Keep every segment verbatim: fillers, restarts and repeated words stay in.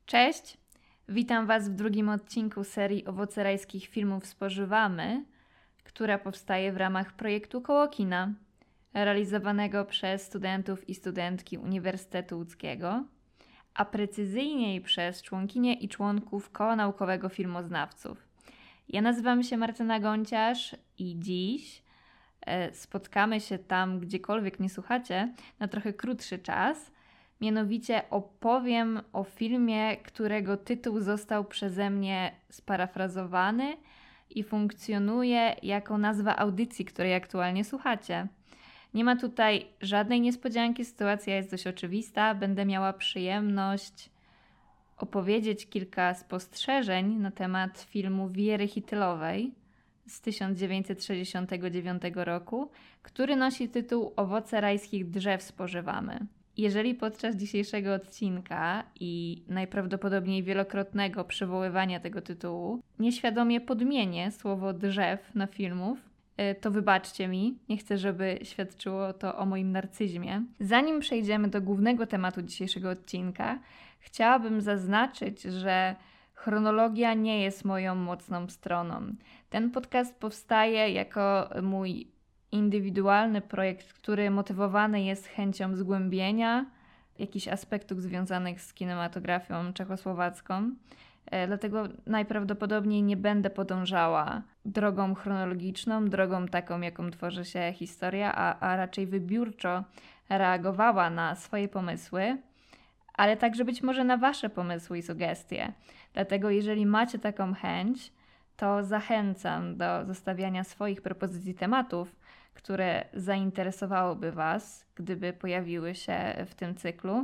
Cześć! Witam Was w drugim odcinku serii Owoce rajskich filmów spożywamy, która powstaje w ramach projektu Koło Kina, realizowanego przez studentów i studentki Uniwersytetu Łódzkiego, a precyzyjniej przez członkinie i członków Koła Naukowego Filmoznawców. Ja nazywam się Martyna Gonciarz i dziś e, spotkamy się tam, gdziekolwiek mnie słuchacie, na trochę krótszy czas. Mianowicie opowiem o filmie, którego tytuł został przeze mnie sparafrazowany i funkcjonuje jako nazwa audycji, której aktualnie słuchacie. Nie ma tutaj żadnej niespodzianki, sytuacja jest dość oczywista. Będę miała przyjemność opowiedzieć kilka spostrzeżeń na temat filmu Wiery Hitylowej z tysiąc dziewięćset sześćdziesiątego dziewiątego roku, który nosi tytuł Owoce rajskich drzew spożywamy. Jeżeli podczas dzisiejszego odcinka i najprawdopodobniej wielokrotnego przywoływania tego tytułu nieświadomie podmienię słowo drzew na filmów, to wybaczcie mi, nie chcę, żeby świadczyło to o moim narcyzmie. Zanim przejdziemy do głównego tematu dzisiejszego odcinka, chciałabym zaznaczyć, że chronologia nie jest moją mocną stroną. Ten podcast powstaje jako mój indywidualny projekt, który motywowany jest chęcią zgłębienia jakichś aspektów związanych z kinematografią czechosłowacką. E, dlatego najprawdopodobniej nie będę podążała drogą chronologiczną, drogą taką, jaką tworzy się historia, a, a raczej wybiórczo reagowała na swoje pomysły, ale także być może na Wasze pomysły i sugestie. Dlatego jeżeli macie taką chęć, to zachęcam do zostawiania swoich propozycji tematów, które zainteresowałyby Was, gdyby pojawiły się w tym cyklu.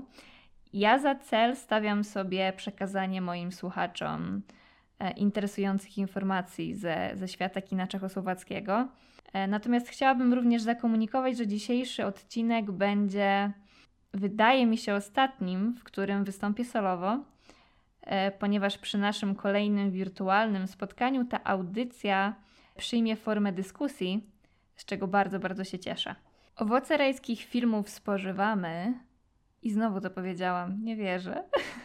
Ja za cel stawiam sobie przekazanie moim słuchaczom e, interesujących informacji ze, ze świata kina czechosłowackiego. E, natomiast chciałabym również zakomunikować, że dzisiejszy odcinek będzie, wydaje mi się, ostatnim, w którym wystąpię solowo, e, ponieważ przy naszym kolejnym wirtualnym spotkaniu ta audycja przyjmie formę dyskusji, z czego bardzo, bardzo się cieszę. Owoce rajskich filmów spożywamy i znowu to powiedziałam, nie wierzę.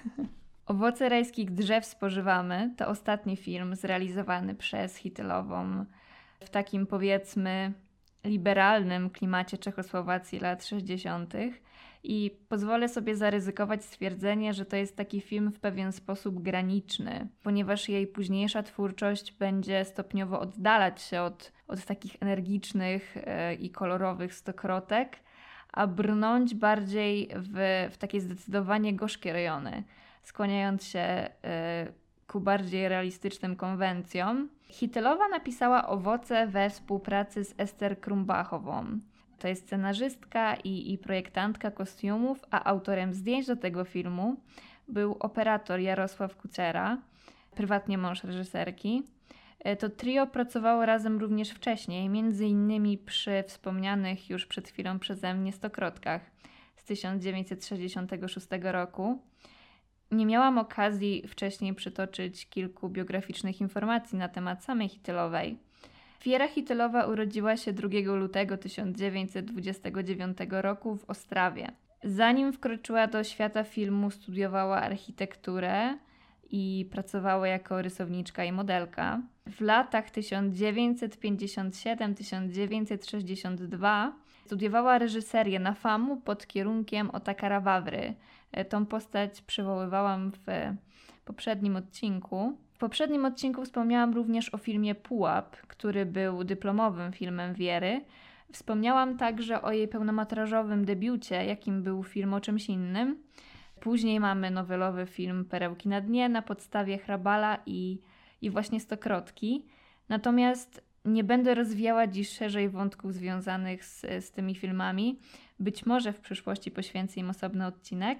Owoce rajskich drzew spożywamy to ostatni film zrealizowany przez Hitylową w takim, powiedzmy, liberalnym klimacie Czechosłowacji lat sześćdziesiątych i pozwolę sobie zaryzykować stwierdzenie, że to jest taki film w pewien sposób graniczny, ponieważ jej późniejsza twórczość będzie stopniowo oddalać się od, od takich energicznych yy, i kolorowych stokrotek, a brnąć bardziej w, w takie zdecydowanie gorzkie rejony, skłaniając się yy, ku bardziej realistycznym konwencjom. Hitylowa napisała Owoce we współpracy z Ester Krumbachową. To jest scenarzystka i, i projektantka kostiumów, a autorem zdjęć do tego filmu był operator Jarosław Kuczera, prywatnie mąż reżyserki. To trio pracowało razem również wcześniej, między innymi przy wspomnianych już przed chwilą przeze mnie Stokrotkach z tysiąc dziewięćset sześćdziesiątego szóstego roku. Nie miałam okazji wcześniej przytoczyć kilku biograficznych informacji na temat samej Hitylowej. Wiera Hitylowa urodziła się drugiego lutego tysiąc dziewięćset dwudziestego dziewiątego roku w Ostrawie. Zanim wkroczyła do świata filmu, studiowała architekturę i pracowała jako rysowniczka i modelka. W latach tysiąc dziewięćset pięćdziesiąt siedem do tysiąc dziewięćset sześćdziesiąt dwa studiowała reżyserię na FAMU pod kierunkiem Otakara Wawry. Tą postać przywoływałam w poprzednim odcinku. W poprzednim odcinku wspomniałam również o filmie Pułap, który był dyplomowym filmem Wiery. Wspomniałam także o jej pełnometrażowym debiucie, jakim był film O czymś innym. Później mamy nowelowy film Perełki na dnie na podstawie Hrabala i, i właśnie Stokrotki. Natomiast nie będę rozwijała dziś szerzej wątków związanych z, z tymi filmami. Być może w przyszłości poświęcę im osobny odcinek.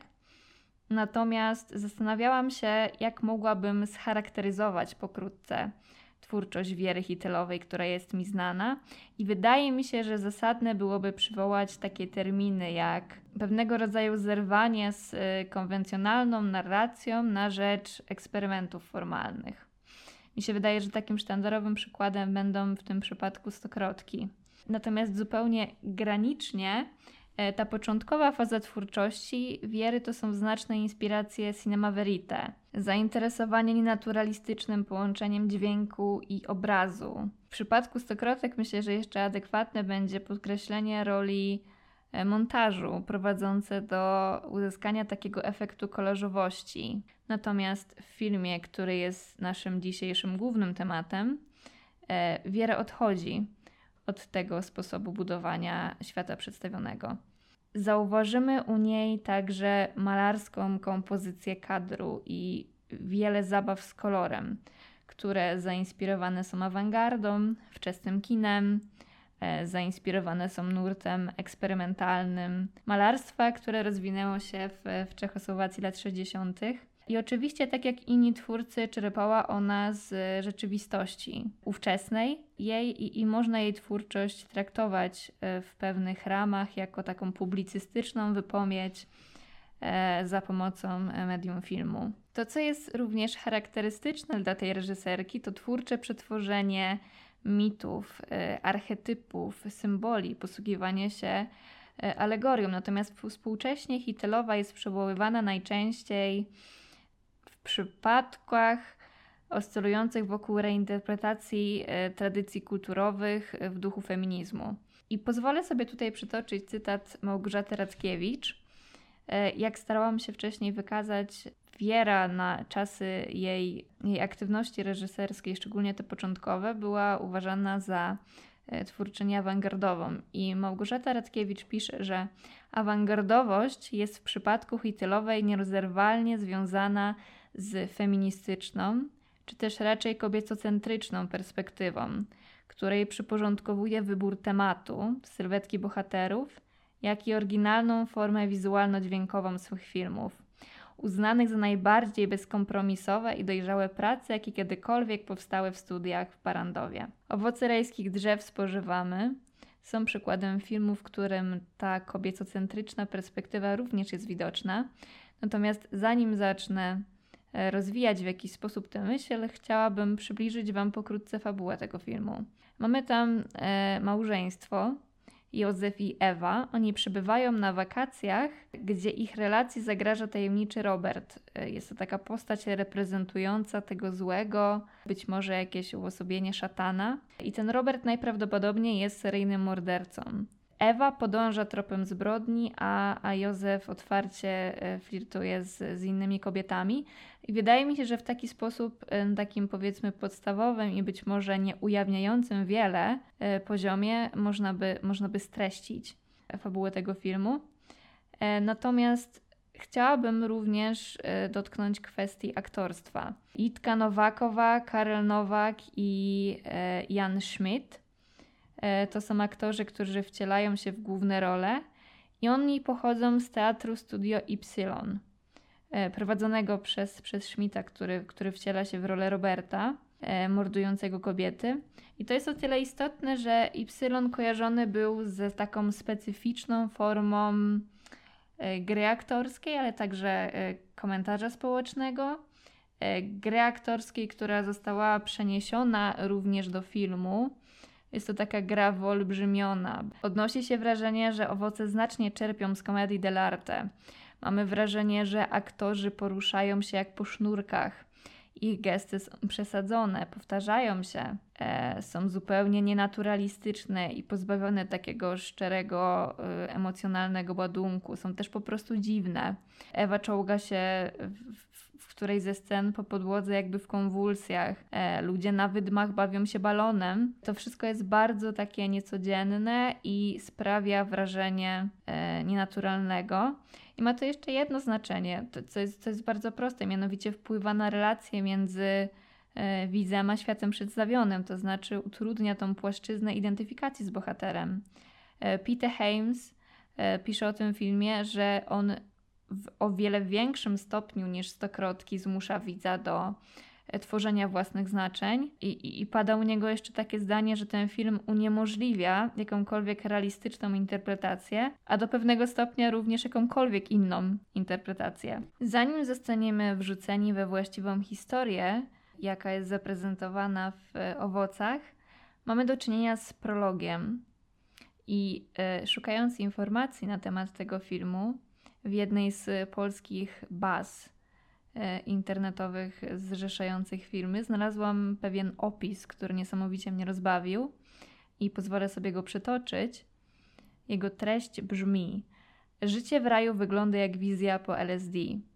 Natomiast zastanawiałam się, jak mogłabym scharakteryzować pokrótce twórczość Wiery Hitylowej, która jest mi znana, i wydaje mi się, że zasadne byłoby przywołać takie terminy jak pewnego rodzaju zerwanie z konwencjonalną narracją na rzecz eksperymentów formalnych. Mi się wydaje, że takim sztandarowym przykładem będą w tym przypadku Stokrotki. Natomiast zupełnie granicznie Ta początkowa faza twórczości Wiery to są znaczne inspiracje cinema verite, zainteresowanie nienaturalistycznym połączeniem dźwięku i obrazu. W przypadku Stokrotek myślę, że jeszcze adekwatne będzie podkreślenie roli montażu prowadzące do uzyskania takiego efektu kolorzowości. Natomiast w filmie, który jest naszym dzisiejszym głównym tematem, Wiera odchodzi od tego sposobu budowania świata przedstawionego. Zauważymy u niej także malarską kompozycję kadru i wiele zabaw z kolorem, które zainspirowane są awangardą, wczesnym kinem, zainspirowane są nurtem eksperymentalnym malarstwa, które rozwinęło się w, w Czechosłowacji lat sześćdziesiątych. I oczywiście, tak jak inni twórcy, czerpała ona z rzeczywistości ówczesnej jej i, i można jej twórczość traktować w pewnych ramach jako taką publicystyczną wypowiedź e, za pomocą medium filmu. To, co jest również charakterystyczne dla tej reżyserki, to twórcze przetworzenie mitów, e, archetypów, symboli, posługiwanie się e, alegorią. Natomiast współcześnie Hittelowa jest przywoływana najczęściej w przypadkach oscylujących wokół reinterpretacji e, tradycji kulturowych w duchu feminizmu. I pozwolę sobie tutaj przytoczyć cytat Małgorzaty Rackiewicz. E, jak starałam się wcześniej wykazać, Wiera na czasy jej, jej aktywności reżyserskiej, szczególnie te początkowe, była uważana za e, twórczynię awangardową. I Małgorzata Rackiewicz pisze, że awangardowość jest w przypadku Hittelowej nierozerwalnie związana z feministyczną, czy też raczej kobiecocentryczną perspektywą, której przyporządkowuje wybór tematu, sylwetki bohaterów, jak i oryginalną formę wizualno-dźwiękową swych filmów, uznanych za najbardziej bezkompromisowe i dojrzałe prace, jakie kiedykolwiek powstały w studiach w Barandowie. Owoce rajskich drzew spożywamy są przykładem filmu, w którym ta kobiecocentryczna perspektywa również jest widoczna. Natomiast zanim zacznę rozwijać w jakiś sposób tę myśl, chciałabym przybliżyć Wam pokrótce fabułę tego filmu. Mamy tam e, małżeństwo, Józef i Ewa. Oni przybywają na wakacjach, gdzie ich relacji zagraża tajemniczy Robert. E, jest to taka postać reprezentująca tego złego, być może jakieś uosobienie szatana. I ten Robert najprawdopodobniej jest seryjnym mordercą. Ewa podąża tropem zbrodni, a, a Józef otwarcie flirtuje z, z innymi kobietami. I wydaje mi się, że w taki sposób, takim powiedzmy podstawowym i być może nie ujawniającym wiele poziomie, można by, można by streścić fabułę tego filmu. Natomiast chciałabym również dotknąć kwestii aktorstwa. Itka Nowakowa, Karel Nowak i Jan Schmidt to są aktorzy, którzy wcielają się w główne role i oni pochodzą z Teatru Studio Y, prowadzonego przez, przez Schmidta, który, który wciela się w rolę Roberta, mordującego kobiety. I to jest o tyle istotne, że Y kojarzony był z taką specyficzną formą gry aktorskiej, ale także komentarza społecznego. Gry aktorskiej, która została przeniesiona również do filmu. Jest to taka gra wyolbrzymiona. Odnosi się wrażenie, że owoce znacznie czerpią z komedii dell'arte. Mamy wrażenie, że aktorzy poruszają się jak po sznurkach. Ich gesty są przesadzone, powtarzają się, e, są zupełnie nienaturalistyczne i pozbawione takiego szczerego, e, emocjonalnego ładunku. Są też po prostu dziwne. Ewa czołga się w, w, w którejś ze scen po podłodze jakby w konwulsjach. E, ludzie na wydmach bawią się balonem. To wszystko jest bardzo takie niecodzienne i sprawia wrażenie e, nienaturalnego. I ma to jeszcze jedno znaczenie, to, co, jest, co jest bardzo proste, mianowicie wpływa na relacje między e, widzem a światem przedstawionym, to znaczy utrudnia tą płaszczyznę identyfikacji z bohaterem. E, Peter Hyams e, pisze o tym filmie, że on w o wiele większym stopniu niż Stokrotki zmusza widza do tworzenia własnych znaczeń I, i, i pada u niego jeszcze takie zdanie, że ten film uniemożliwia jakąkolwiek realistyczną interpretację, a do pewnego stopnia również jakąkolwiek inną interpretację. Zanim zostaniemy wrzuceni we właściwą historię, jaka jest zaprezentowana w Owocach, mamy do czynienia z prologiem. I e, szukając informacji na temat tego filmu w jednej z polskich baz e, internetowych zrzeszających filmy znalazłam pewien opis, który niesamowicie mnie rozbawił i pozwolę sobie go przytoczyć. Jego treść brzmi: życie w raju wygląda jak wizja po L S D.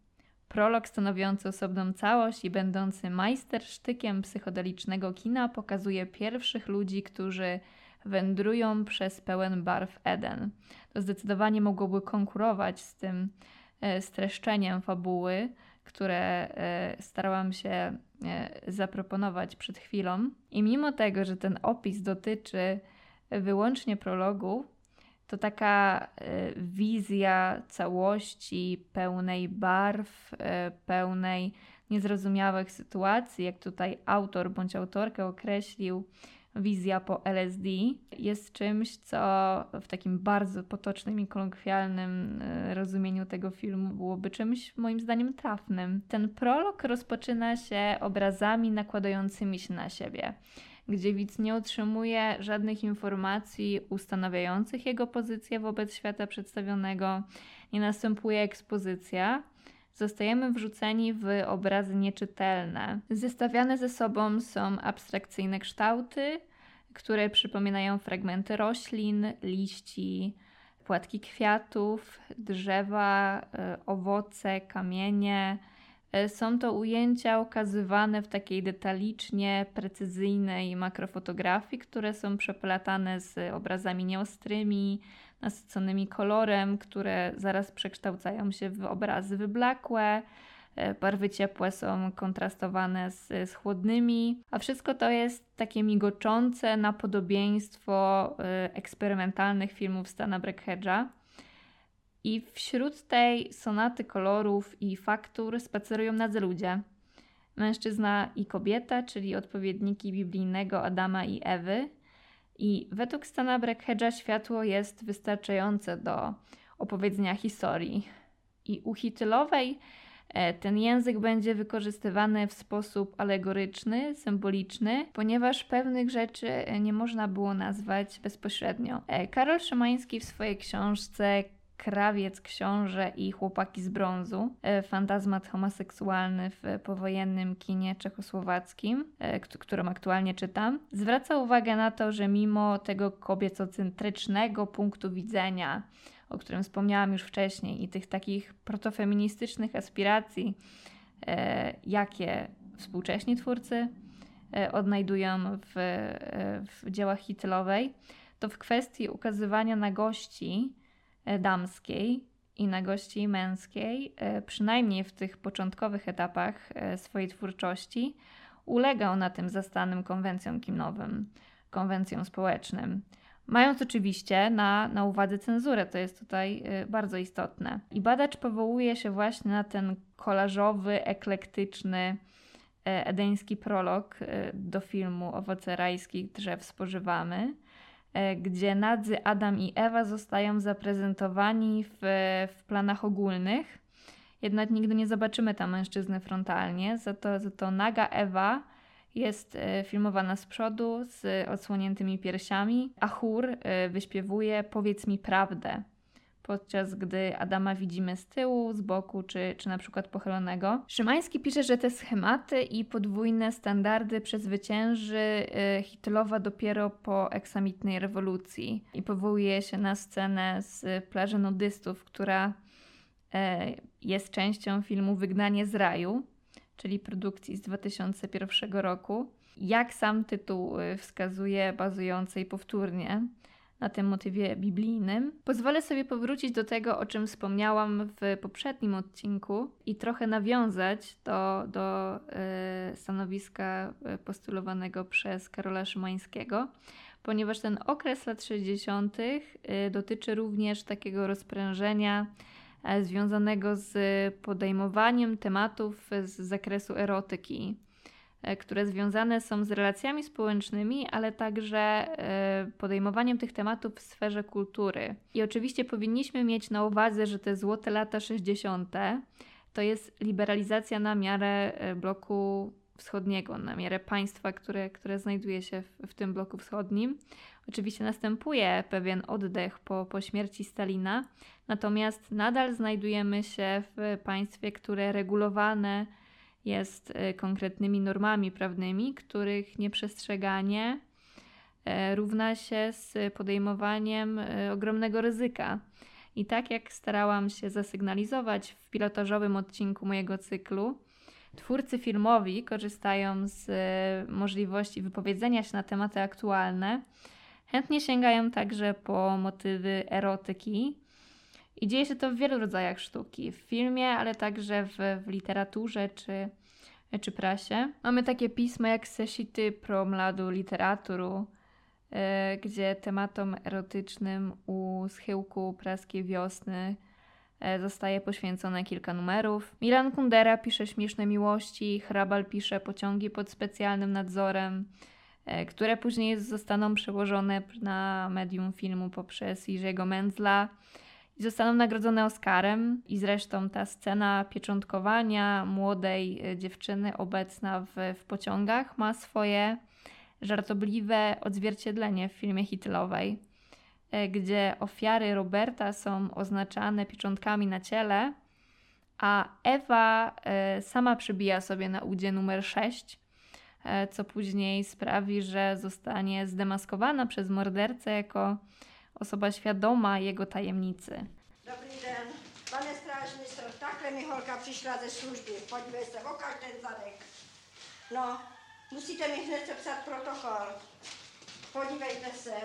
Prolog stanowiący osobną całość i będący majstersztykiem psychodelicznego kina pokazuje pierwszych ludzi, którzy wędrują przez pełen barw Eden. To zdecydowanie mogłoby konkurować z tym e, streszczeniem fabuły, które e, starałam się e, zaproponować przed chwilą. I mimo tego, że ten opis dotyczy wyłącznie prologu, to taka e, wizja całości pełnej barw, e, pełnej niezrozumiałych sytuacji, jak tutaj autor bądź autorka określił, wizja po L S D, jest czymś, co w takim bardzo potocznym i kolokwialnym e, rozumieniu tego filmu byłoby czymś moim zdaniem trafnym. Ten prolog rozpoczyna się obrazami nakładającymi się na siebie, gdzie widz nie otrzymuje żadnych informacji ustanawiających jego pozycję wobec świata przedstawionego, nie następuje ekspozycja. Zostajemy wrzuceni w obrazy nieczytelne. Zestawiane ze sobą są abstrakcyjne kształty, które przypominają fragmenty roślin, liści, płatki kwiatów, drzewa, owoce, kamienie. Są to ujęcia ukazywane w takiej detalicznie precyzyjnej makrofotografii, które są przeplatane z obrazami nieostrymi, nasyconymi kolorem, które zaraz przekształcają się w obrazy wyblakłe. Barwy ciepłe są kontrastowane z, z chłodnymi, a wszystko to jest takie migoczące na podobieństwo eksperymentalnych filmów Stana Brakhage. I wśród tej sonaty kolorów i faktur spacerują nadzy ludzie. Mężczyzna i kobieta, czyli odpowiedniki biblijnego Adama i Ewy. I według Stana Brakhage'a światło jest wystarczające do opowiedzenia historii. I u Hitlowej ten język będzie wykorzystywany w sposób alegoryczny, symboliczny, ponieważ pewnych rzeczy nie można było nazwać bezpośrednio. Karol Szymański w swojej książce Krawiec, książę i chłopaki z brązu, fantazmat homoseksualny w powojennym kinie czechosłowackim, którą aktualnie czytam, zwraca uwagę na to, że mimo tego kobiecocentrycznego punktu widzenia, o którym wspomniałam już wcześniej, i tych takich protofeministycznych aspiracji, jakie współcześni twórcy odnajdują w, w dziełach Hitlowej, to w kwestii ukazywania nagości damskiej i nagości męskiej, przynajmniej w tych początkowych etapach swojej twórczości, ulegał na tym zastanym konwencjom kinowym, konwencjom społecznym. Mając oczywiście na, na uwadze cenzurę, to jest tutaj bardzo istotne. I badacz powołuje się właśnie na ten kolażowy, eklektyczny, edeński prolog do filmu Owoce rajskich drzew spożywamy, gdzie nadzy Adam i Ewa zostają zaprezentowani w, w planach ogólnych. Jednak nigdy nie zobaczymy tam mężczyzny frontalnie, za to, za to naga Ewa jest filmowana z przodu z odsłoniętymi piersiami, a chór wyśpiewuje Powiedz mi prawdę, podczas gdy Adama widzimy z tyłu, z boku czy, czy na przykład pochylonego. Szymański pisze, że te schematy i podwójne standardy przezwycięży Hitlowa dopiero po eksamitnej rewolucji i powołuje się na scenę z plaży nudystów, która jest częścią filmu Wygnanie z raju, czyli produkcji z dwa tysiące pierwszego roku. Jak sam tytuł wskazuje, bazującej powtórnie na tym motywie biblijnym. Pozwolę sobie powrócić do tego, o czym wspomniałam w poprzednim odcinku i trochę nawiązać do, do y, stanowiska postulowanego przez Karola Szymańskiego, ponieważ ten okres lat sześćdziesiątych y, dotyczy również takiego rozprężenia y, związanego z podejmowaniem tematów z zakresu erotyki, które związane są z relacjami społecznymi, ale także podejmowaniem tych tematów w sferze kultury. I oczywiście powinniśmy mieć na uwadze, że te złote lata sześćdziesiąte to jest liberalizacja na miarę bloku wschodniego, na miarę państwa, które, które znajduje się w, w tym bloku wschodnim Oczywiście następuje pewien oddech po, po śmierci Stalina, natomiast nadal znajdujemy się w państwie, które regulowane jest konkretnymi normami prawnymi, których nieprzestrzeganie równa się z podejmowaniem ogromnego ryzyka. I tak jak starałam się zasygnalizować w pilotażowym odcinku mojego cyklu, twórcy filmowi korzystają z możliwości wypowiedzenia się na tematy aktualne, chętnie sięgają także po motywy erotyki. I dzieje się to w wielu rodzajach sztuki, w filmie, ale także w, w literaturze czy, czy prasie. Mamy takie pisma jak Sešity pro mladú literaturu, yy, gdzie tematom erotycznym u schyłku praskiej wiosny yy, zostaje poświęcone kilka numerów. Milan Kundera pisze Śmieszne miłości, Hrabal pisze Pociągi pod specjalnym nadzorem, yy, które później zostaną przełożone na medium filmu poprzez Jerzego Menzla i zostaną nagrodzone Oscarem. I zresztą ta scena pieczątkowania młodej dziewczyny obecna w, w pociągach ma swoje żartobliwe odzwierciedlenie w filmie Hitlowej, gdzie ofiary Roberta są oznaczane pieczątkami na ciele, a Ewa sama przybija sobie na udzie numer sześć, co później sprawi, że zostanie zdemaskowana przez mordercę jako osoba świadoma jego tajemnicy. Dobrý den, pane strážmistr, takhle mi holka přišla ze služby. Podívej se, okaž ten zadek. No, musíte mi hned sepsat protokol. Podívejte se.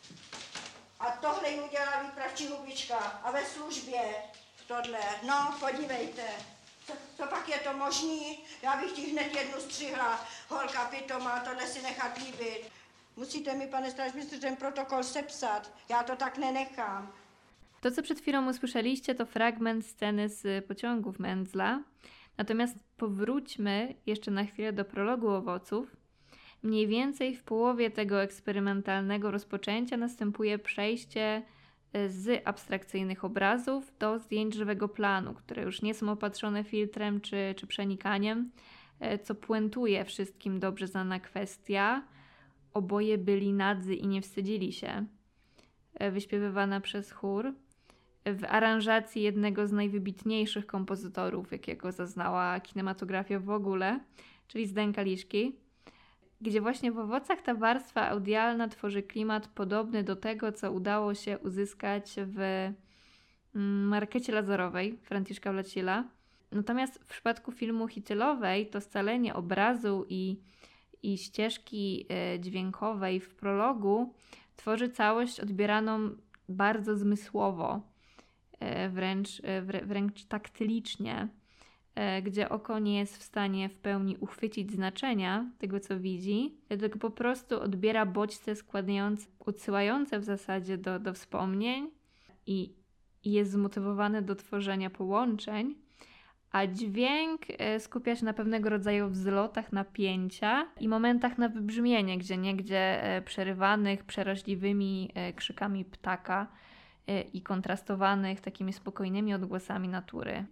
A tohle jí udělala výpravčí hubička. A ve službě tohle. No, podívejte. Co, co pak je to možný? Já bych ti hned jednu střihla. Holka pitomá, tohle si nechat líbit. Musíte mi, pane strážmistr, ten protokol sepsat. Já to tak nenechám. To, co przed chwilą usłyszeliście, to fragment sceny z pociągów Menzla. Natomiast powróćmy jeszcze na chwilę do prologu Owoców. Mniej więcej w połowie tego eksperymentalnego rozpoczęcia następuje przejście z abstrakcyjnych obrazów do zdjęć żywego planu, które już nie są opatrzone filtrem czy, czy przenikaniem, co puentuje wszystkim dobrze znana kwestia. Oboje byli nadzy i nie wstydzili się, wyśpiewywana przez chór w aranżacji jednego z najwybitniejszych kompozytorów, jakiego zaznała kinematografia w ogóle, czyli Zdenka Liszki, gdzie właśnie w Owocach ta warstwa audialna tworzy klimat podobny do tego, co udało się uzyskać w Markecie Lazarowej Franciszka Wlacila. Natomiast w przypadku filmu Hitylowej to scalenie obrazu i i ścieżki dźwiękowej w prologu tworzy całość odbieraną bardzo zmysłowo, wręcz, wręcz taktylicznie, gdzie oko nie jest w stanie w pełni uchwycić znaczenia tego, co widzi, tylko po prostu odbiera bodźce składające, odsyłające w zasadzie do, do wspomnień i, i jest zmotywowane do tworzenia połączeń, a dźwięk skupia się na pewnego rodzaju wzlotach napięcia i momentach na wybrzmienie, gdzie niegdzie przerywanych przeraźliwymi krzykami ptaka i kontrastowanych takimi spokojnymi odgłosami natury.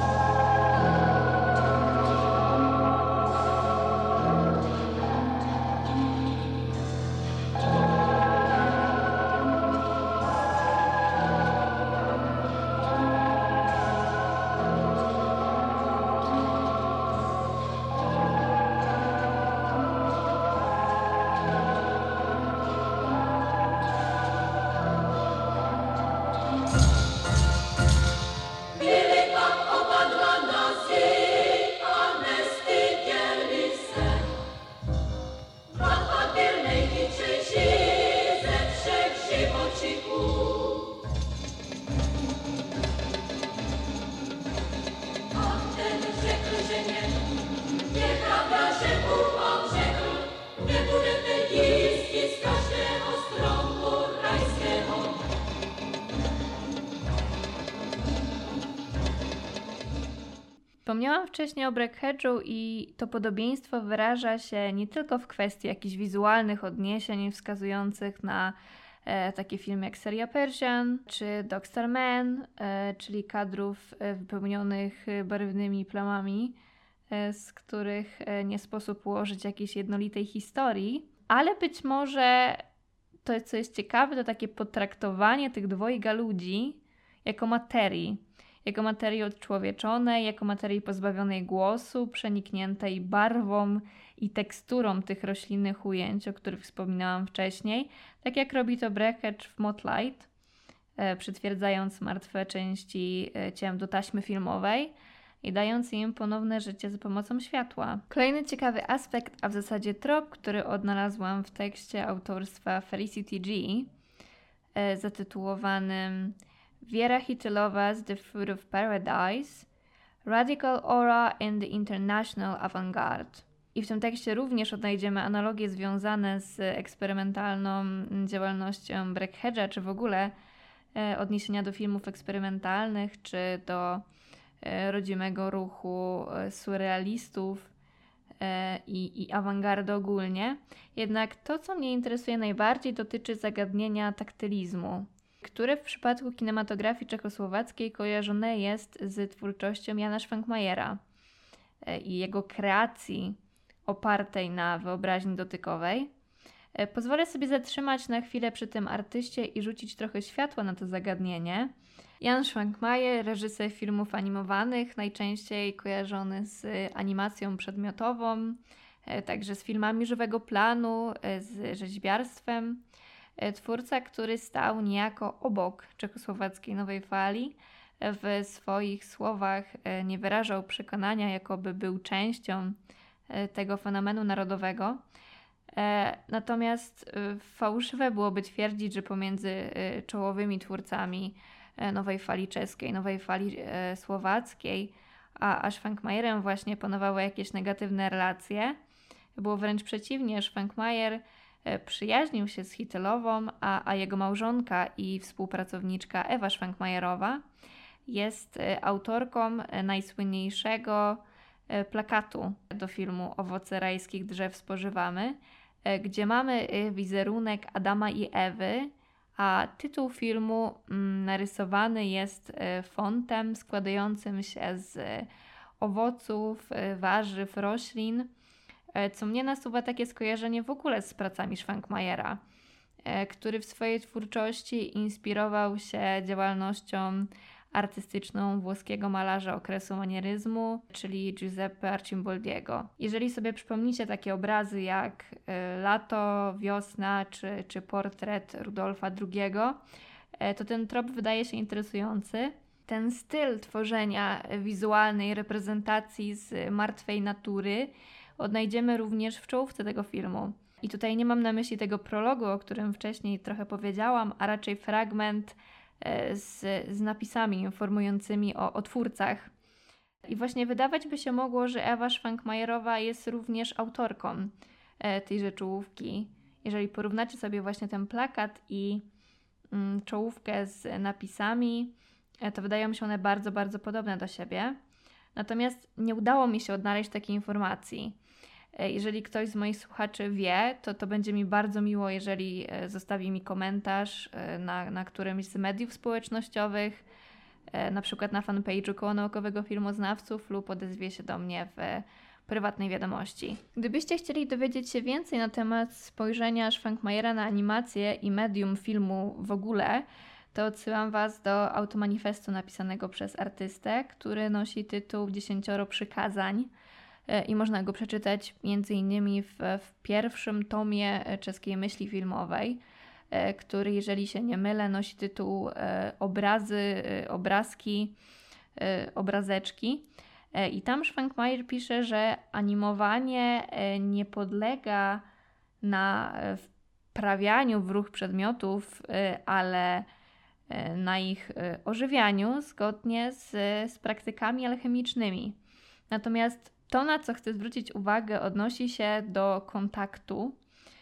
Wspomniałam wcześniej o Breakhatchu i to podobieństwo wyraża się nie tylko w kwestii jakichś wizualnych odniesień wskazujących na e, takie filmy jak Seria Persian czy Dogster Man, e, czyli kadrów e, wypełnionych barwnymi plamami, e, z których e, nie sposób ułożyć jakiejś jednolitej historii, ale być może to, co jest ciekawe, to takie potraktowanie tych dwojga ludzi jako materii. Jako materii odczłowieczonej, jako materii pozbawionej głosu, przenikniętej barwą i teksturą tych roślinnych ujęć, o których wspominałam wcześniej, tak jak robi to Brakhage w Moonlight, e, przytwierdzając martwe części e, ciałem do taśmy filmowej i dając im ponowne życie za pomocą światła. Kolejny ciekawy aspekt, a w zasadzie trop, który odnalazłam w tekście autorstwa Felicity G, e, zatytułowanym Vera Chytilowa's The Fruit of Paradise, Radical Aura in the International Avant-Garde. I w tym tekście również odnajdziemy analogie związane z eksperymentalną działalnością Brakhage'a, czy w ogóle e, odniesienia do filmów eksperymentalnych, czy do e, rodzimego ruchu e, surrealistów e, i, i awangardy ogólnie. Jednak to, co mnie interesuje najbardziej, dotyczy zagadnienia taktylizmu, które w przypadku kinematografii czechosłowackiej kojarzone jest z twórczością Jana Švankmajera i jego kreacji opartej na wyobraźni dotykowej. Pozwolę sobie zatrzymać na chwilę przy tym artyście i rzucić trochę światła na to zagadnienie. Jan Švankmajer, reżyser filmów animowanych, najczęściej kojarzony z animacją przedmiotową, także z filmami żywego planu, z rzeźbiarstwem. Twórca, który stał niejako obok czechosłowackiej nowej fali, w swoich słowach nie wyrażał przekonania, jakoby był częścią tego fenomenu narodowego. Natomiast fałszywe byłoby twierdzić, że pomiędzy czołowymi twórcami nowej fali czeskiej, nowej fali słowackiej, a, a Švankmajerem właśnie panowały jakieś negatywne relacje. Było wręcz przeciwnie. Švankmajer przyjaźnił się z Chytilową, a, a jego małżonka i współpracowniczka Ewa Švankmajerowa jest autorką najsłynniejszego plakatu do filmu Owoce rajskich drzew spożywamy, gdzie mamy wizerunek Adama i Ewy, a tytuł filmu narysowany jest fontem składającym się z owoców, warzyw, roślin, co mnie nasuwa takie skojarzenie w ogóle z pracami Švankmajera, który w swojej twórczości inspirował się działalnością artystyczną włoskiego malarza okresu manieryzmu, czyli Giuseppe Arcimboldiego. Jeżeli sobie przypomnicie takie obrazy jak Lato, Wiosna czy, czy portret Rudolfa drugiego, to ten trop wydaje się interesujący. Ten styl tworzenia wizualnej reprezentacji z martwej natury odnajdziemy również w czołówce tego filmu. I tutaj nie mam na myśli tego prologu, o którym wcześniej trochę powiedziałam, a raczej fragment z, z napisami informującymi o, o twórcach. I właśnie wydawać by się mogło, że Ewa Švankmajerowa jest również autorką tejże czołówki. Jeżeli porównacie sobie właśnie ten plakat i mm, czołówkę z napisami, to wydają się one bardzo, bardzo podobne do siebie. Natomiast nie udało mi się odnaleźć takiej informacji. Jeżeli ktoś z moich słuchaczy wie, to to będzie mi bardzo miło, jeżeli zostawi mi komentarz na, na którymś z mediów społecznościowych, na przykład na fanpage'u Koło Naukowego Filmoznawców lub odezwie się do mnie w prywatnej wiadomości. Gdybyście chcieli dowiedzieć się więcej na temat spojrzenia Švankmajera na animację i medium filmu w ogóle, to odsyłam Was do automanifestu napisanego przez artystę, który nosi tytuł Dziesięcioro przykazań i można go przeczytać między innymi w, w pierwszym tomie czeskiej myśli filmowej, który, jeżeli się nie mylę, nosi tytuł Obrazy, obrazki, obrazeczki. I tam Švankmajer pisze, że animowanie nie podlega na wprawianiu w ruch przedmiotów, ale na ich ożywianiu zgodnie z, z praktykami alchemicznymi. Natomiast to, na co chcę zwrócić uwagę, odnosi się do kontaktu,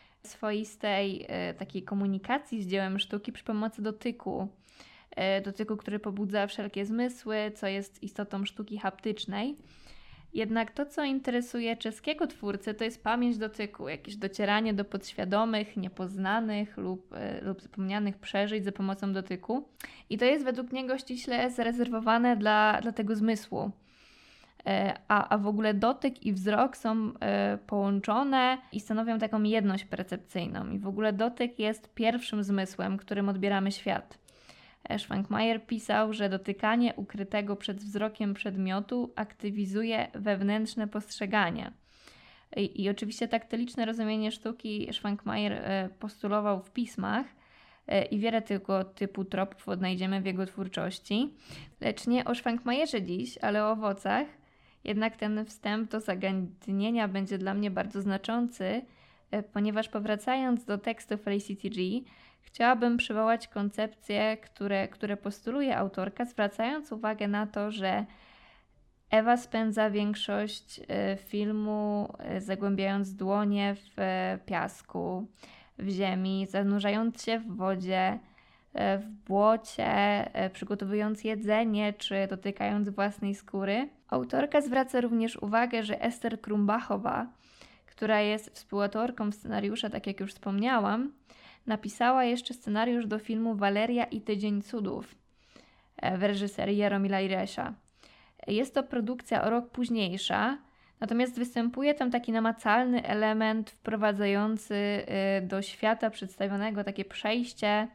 swoistej e, takiej komunikacji z dziełem sztuki przy pomocy dotyku. E, dotyku, który pobudza wszelkie zmysły, co jest istotą sztuki haptycznej. Jednak to, co interesuje czeskiego twórcę, to jest pamięć dotyku, jakieś docieranie do podświadomych, niepoznanych lub, e, lub zapomnianych przeżyć za pomocą dotyku. I to jest według niego ściśle zarezerwowane dla, dla tego zmysłu. a, a w ogóle dotyk i wzrok są połączone i stanowią taką jedność percepcyjną. I w ogóle dotyk jest pierwszym zmysłem, którym odbieramy świat. Schwankmajer pisał, że dotykanie ukrytego przed wzrokiem przedmiotu aktywizuje wewnętrzne postrzeganie. I, i oczywiście taktyliczne rozumienie sztuki Schwankmajer postulował w pismach i wiele tego typu tropów odnajdziemy w jego twórczości. Lecz nie o Schwankmajerze dziś, ale o owocach. Jednak ten wstęp do zagadnienia będzie dla mnie bardzo znaczący, ponieważ powracając do tekstu Felicity G, chciałabym przywołać koncepcje, które, które postuluje autorka, zwracając uwagę na to, że Ewa spędza większość filmu zagłębiając dłonie w piasku, w ziemi, zanurzając się w wodzie, w błocie, przygotowując jedzenie czy dotykając własnej skóry. Autorka zwraca również uwagę, że Ester Krumbachowa, która jest współautorką scenariusza, tak jak już wspomniałam, napisała jeszcze scenariusz do filmu Waleria i Tydzień Cudów w reżyserii Jaromila Iresia. Jest to produkcja o rok późniejsza, natomiast występuje tam taki namacalny element wprowadzający do świata przedstawionego takie przejście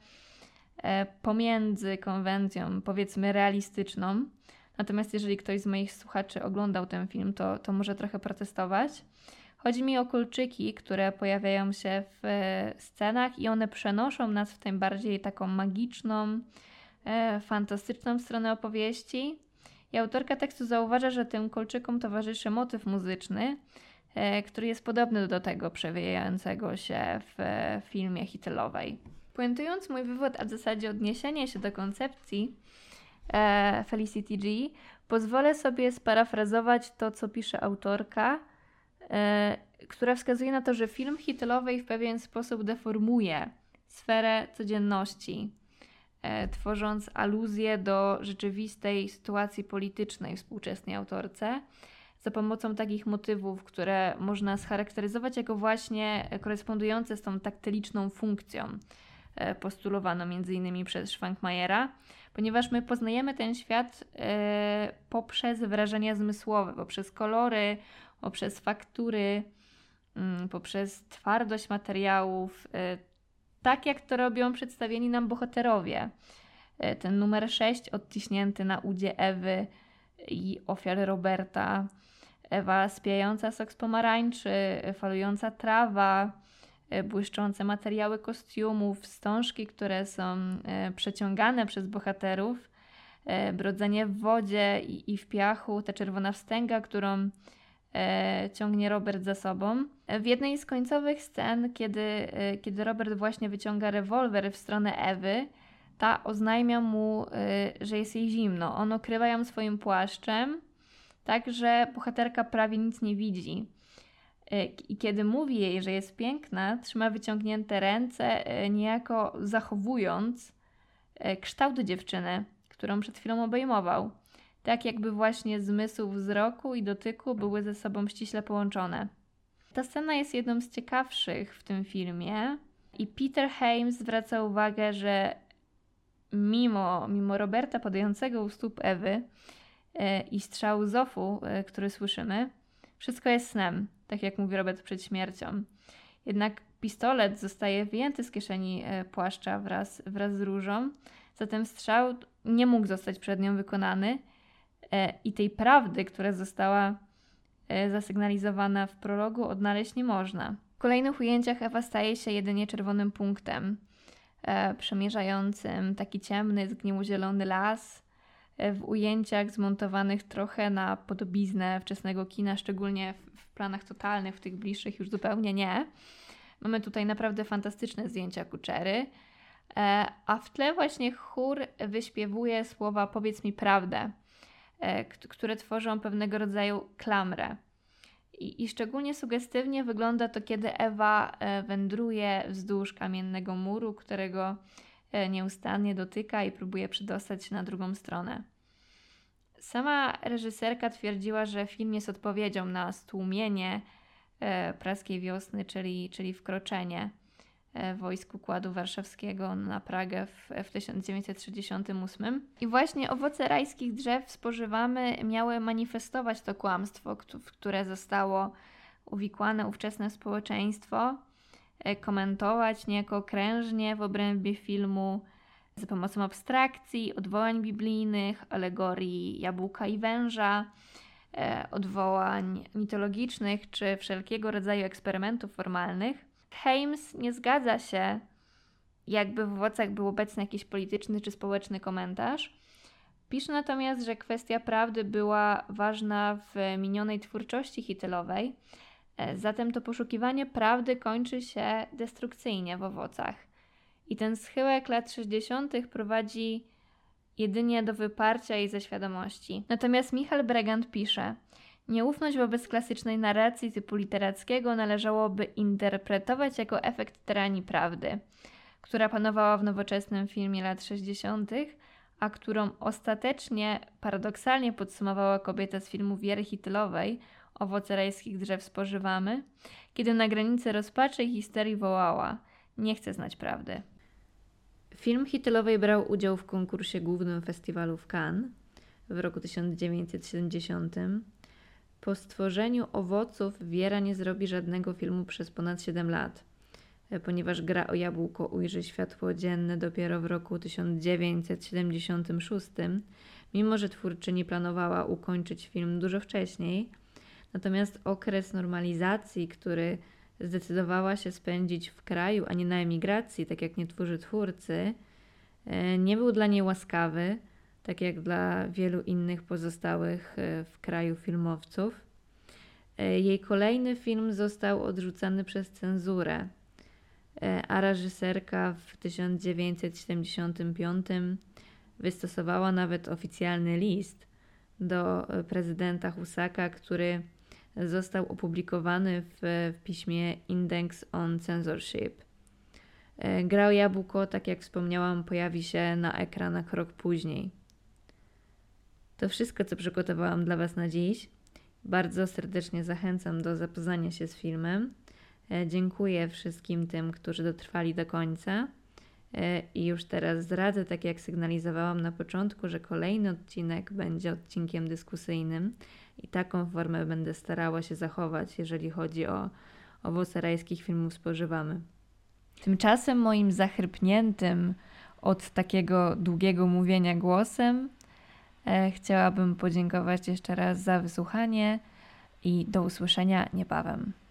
pomiędzy konwencją, powiedzmy, realistyczną. Natomiast jeżeli ktoś z moich słuchaczy oglądał ten film, to, to może trochę protestować. Chodzi mi o kolczyki, które pojawiają się w scenach i one przenoszą nas w tę bardziej taką magiczną, fantastyczną stronę opowieści. I autorka tekstu zauważa, że tym kolczykom towarzyszy motyw muzyczny, e, który jest podobny do tego przewijającego się w e, filmie Hittelowej. Puentując mój wywód, a w zasadzie odniesienie się do koncepcji e, Felicity G, pozwolę sobie sparafrazować to, co pisze autorka, e, która wskazuje na to, że film Hittelowej w pewien sposób deformuje sferę codzienności, tworząc aluzję do rzeczywistej sytuacji politycznej współczesnej autorce za pomocą takich motywów, które można scharakteryzować jako właśnie korespondujące z tą taktyliczną funkcją postulowaną między innymi przez Schwankmajera, ponieważ my poznajemy ten świat e, poprzez wrażenia zmysłowe, poprzez kolory, poprzez faktury, m, poprzez twardość materiałów, e, tak jak to robią przedstawieni nam bohaterowie. Ten numer sześć odciśnięty na udzie Ewy i ofiary Roberta, Ewa spijająca sok z pomarańczy, falująca trawa, błyszczące materiały kostiumów, wstążki, które są przeciągane przez bohaterów, brodzenie w wodzie i, i w piachu, ta czerwona wstęga, którą E, ciągnie Robert za sobą. W jednej z końcowych scen, kiedy, e, kiedy Robert właśnie wyciąga rewolwer w stronę Ewy, ta oznajmia mu, e, że jest jej zimno. On okrywa ją swoim płaszczem, tak że bohaterka prawie nic nie widzi. E, I kiedy mówi jej, że jest piękna, trzyma wyciągnięte ręce, e, niejako zachowując e, kształt dziewczyny, którą przed chwilą obejmował. Tak jakby właśnie zmysł wzroku i dotyku były ze sobą ściśle połączone. Ta scena jest jedną z ciekawszych w tym filmie i Peter Hames zwraca uwagę, że mimo, mimo Roberta padającego u stóp Ewy e, i strzału Zofu, e, który słyszymy, wszystko jest snem, tak jak mówi Robert przed śmiercią. Jednak pistolet zostaje wyjęty z kieszeni e, płaszcza wraz, wraz z różą, zatem strzał nie mógł zostać przed nią wykonany, i tej prawdy, która została zasygnalizowana w prologu, odnaleźć nie można. W kolejnych ujęciach Ewa staje się jedynie czerwonym punktem, przemierzającym taki ciemny, zgniło-zielony las. W ujęciach zmontowanych trochę na podobiznę wczesnego kina, szczególnie w, w planach totalnych, w tych bliższych już zupełnie nie. Mamy tutaj naprawdę fantastyczne zdjęcia Kuczery, a w tle właśnie chór wyśpiewuje słowa "powiedz mi prawdę", które tworzą pewnego rodzaju klamrę. I, I szczególnie sugestywnie wygląda to, kiedy Ewa wędruje wzdłuż kamiennego muru, którego nieustannie dotyka i próbuje przedostać się na drugą stronę. Sama reżyserka twierdziła, że film jest odpowiedzią na stłumienie praskiej wiosny, czyli, czyli wkroczenie wojsk Układu Warszawskiego na Pragę w, w tysiąc dziewięćset sześćdziesiątym ósmym. I właśnie owoce rajskich drzew spożywamy miały manifestować to kłamstwo, w które zostało uwikłane ówczesne społeczeństwo, komentować niejako krężnie w obrębie filmu za pomocą abstrakcji, odwołań biblijnych, alegorii jabłka i węża, odwołań mitologicznych czy wszelkiego rodzaju eksperymentów formalnych. Hames nie zgadza się, jakby w owocach był obecny jakiś polityczny czy społeczny komentarz. Pisze natomiast, że kwestia prawdy była ważna w minionej twórczości Hittelowej, zatem to poszukiwanie prawdy kończy się destrukcyjnie w owocach. I ten schyłek lat sześćdziesiątych prowadzi jedynie do wyparcia jej ze świadomości. Natomiast Michal Bregant pisze: nieufność wobec klasycznej narracji typu literackiego należałoby interpretować jako efekt tyranii prawdy, która panowała w nowoczesnym filmie lat sześćdziesiątych, a którą ostatecznie, paradoksalnie podsumowała kobieta z filmu Wiery Hittelowej Owoce rajskich drzew spożywamy, kiedy na granicy rozpaczy i histerii wołała: nie chcę znać prawdy. Film Hittelowej brał udział w konkursie głównym festiwalu w Cannes w roku tysiąc dziewięćset siedemdziesiątym. Po stworzeniu Owoców Wiera nie zrobi żadnego filmu przez ponad siedem lat, ponieważ Gra o jabłko ujrzy światło dzienne dopiero w roku tysiąc dziewięćset siedemdziesiątym szóstym, mimo że twórczyni planowała ukończyć film dużo wcześniej. Natomiast okres normalizacji, który zdecydowała się spędzić w kraju, a nie na emigracji, tak jak niektórzy twórcy, nie był dla niej łaskawy, tak jak dla wielu innych pozostałych w kraju filmowców. Jej kolejny film został odrzucony przez cenzurę, a reżyserka w tysiąc dziewięćset siedemdziesiątym piątym wystosowała nawet oficjalny list do prezydenta Husaka, który został opublikowany w, w piśmie Index on Censorship. Gra o jabłko, tak jak wspomniałam, pojawi się na ekranach rok później. To wszystko, co przygotowałam dla Was na dziś. Bardzo serdecznie zachęcam do zapoznania się z filmem. Dziękuję wszystkim tym, którzy dotrwali do końca. I już teraz zdradzę, tak jak sygnalizowałam na początku, że kolejny odcinek będzie odcinkiem dyskusyjnym i taką formę będę starała się zachować, jeżeli chodzi o owoce rajskich filmów spożywamy. Tymczasem moim zachrypniętym od takiego długiego mówienia głosem e, chciałabym podziękować jeszcze raz za wysłuchanie i do usłyszenia niebawem.